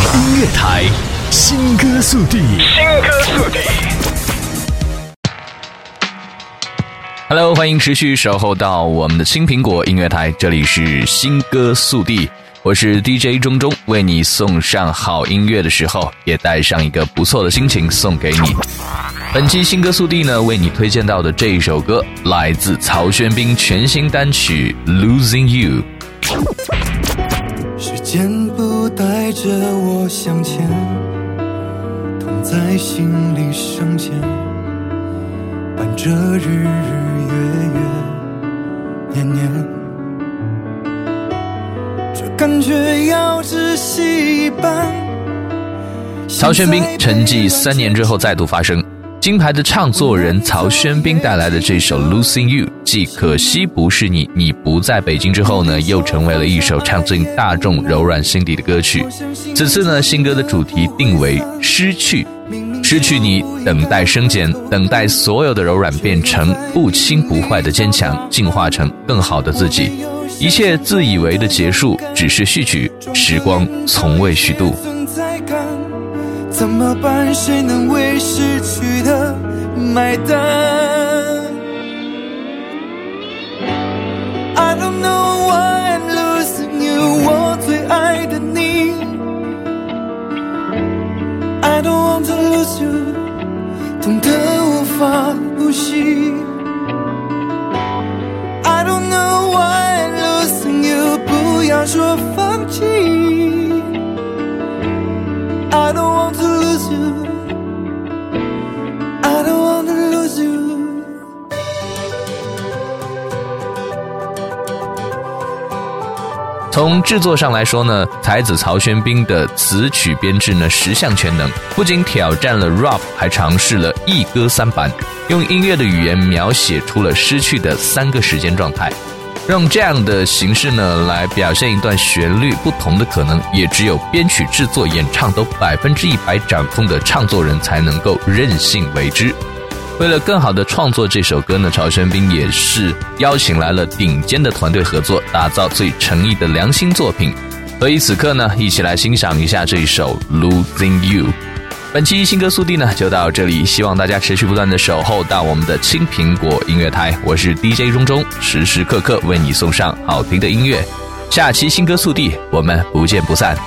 音乐台，新歌速递，新歌速递。Hello， 欢迎持续守候到我们的青苹果音乐台，这里是新歌速递，我是 DJ 中中，为你送上好音乐的时候，也带上一个不错的心情送给你。本期新歌速递呢，为你推荐到的这一首歌，来自曹轩宾全新单曲 Losing You。 时间不带着我向前，痛在心里生茧，伴着日日月月年年，这感觉要窒息一般。 曹轩宾沉寂3年之后再度发声，金牌的唱作人曹轩宾带来的这首 Losing You， 继可惜不是你，你不在北京之后呢，又成为了一首唱进大众柔软心底的歌曲。此次呢，新歌的主题定为失去，失去你，等待生茧，等待所有的柔软变成不轻不坏的坚强，进化成更好的自己。一切自以为的结束，只是序曲，时光从未虚度。 怎么办？谁能为失去的买单 ？I don't know why I'm losing you， 我最爱的你。I don't want to lose you， 痛得无法呼吸。I don't know why I'm losing you， 不要说放弃。I don't want to lose you， I don't want to lose you。 从制作上来说呢，才子曹轩宾的词曲编制呢十项全能，不仅挑战了 rap， 还尝试了一歌3版，用音乐的语言描写出了失去的3个时间状态。用这样的形式呢来表现一段旋律不同的可能，也只有编曲制作演唱都100%掌控的唱作人才能够任性为之。为了更好的创作这首歌呢，曹轩宾也是邀请来了顶尖的团队合作，打造最诚意的良心作品。所以此刻呢，一起来欣赏一下这一首 Losing You。本期新歌速递呢就到这里，希望大家持续不断的守候到我们的青苹果音乐台，我是 DJ 中中，时时刻刻为你送上好听的音乐。下期新歌速递我们不见不散。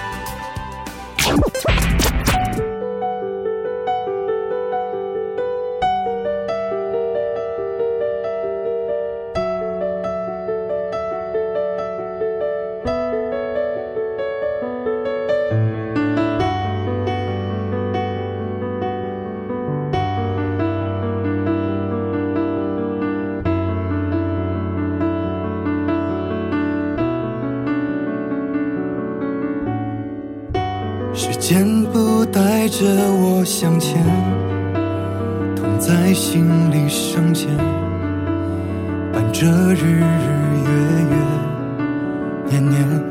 时间不带着我向前，痛在心里生茧，伴着日日月月年年，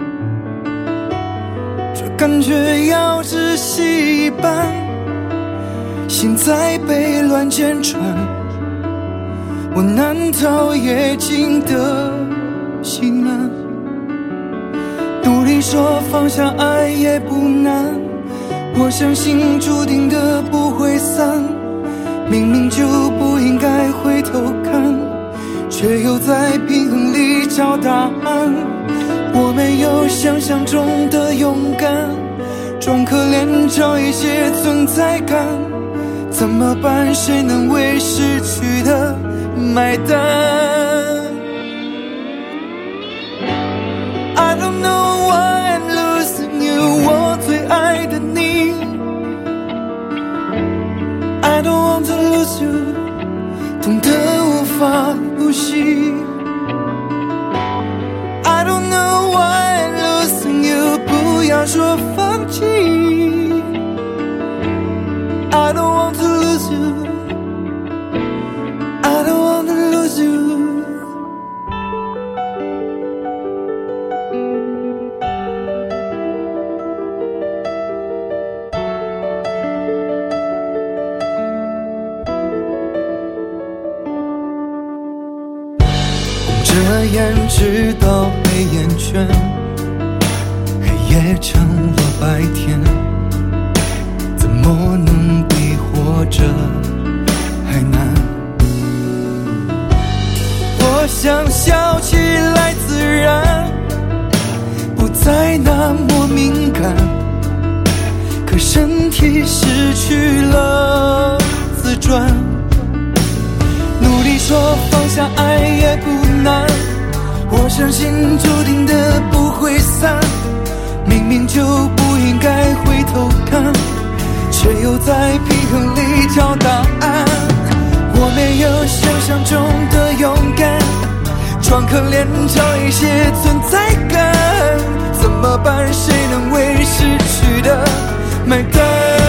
这感觉要窒息一般，心在被乱箭穿，我难逃夜静的心难。努力说放下爱也不难，我相信注定的不会散，明明就不应该回头看，却又在平衡里找答案。我没有想象中的勇敢，装可怜找一些存在感，怎么办？谁能为失去的买单？ I don't know why I'm losing you， 我最爱的你。I don't want to lose you， 痛得无法呼吸。I don't know why I'm losing you， 不要说放弃。I don't want to lose you， I don't want to lose you。着眼直到黑眼圈，黑夜成了白天，怎么能比活着还难？我想笑起来自然，不再那么敏感，可身体失去了自转。努力说放下爱也不难，我相信注定的不会散，明明就不应该回头看，却又在平衡里找答案。我没有想象中的勇敢，装可怜找一些存在感，怎么办？谁能为失去的买单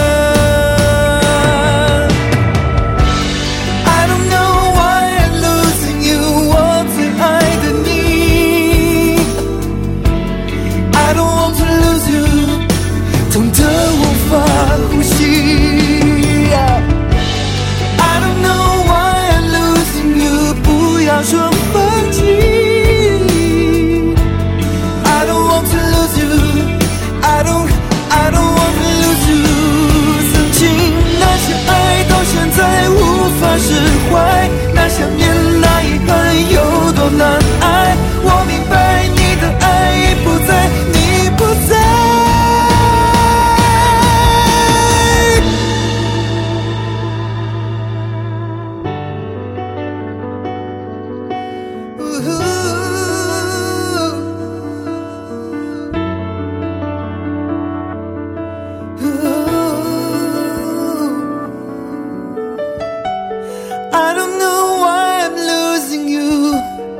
？I don't know why I'm losing you， 我最爱的你。I don't want to lose you， 痛得无法呼吸。I don't know why I'm losing you， 不要说放弃。I don't want to lose you，I don't want to lose you。曾经那些爱到现在无法释怀，那想念那遗憾有多难挨。我明白你的爱已不在，你不在。I don't know why I'm losing you，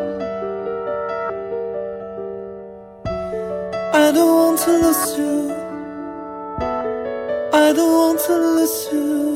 I don't want to lose you， I don't want to lose you。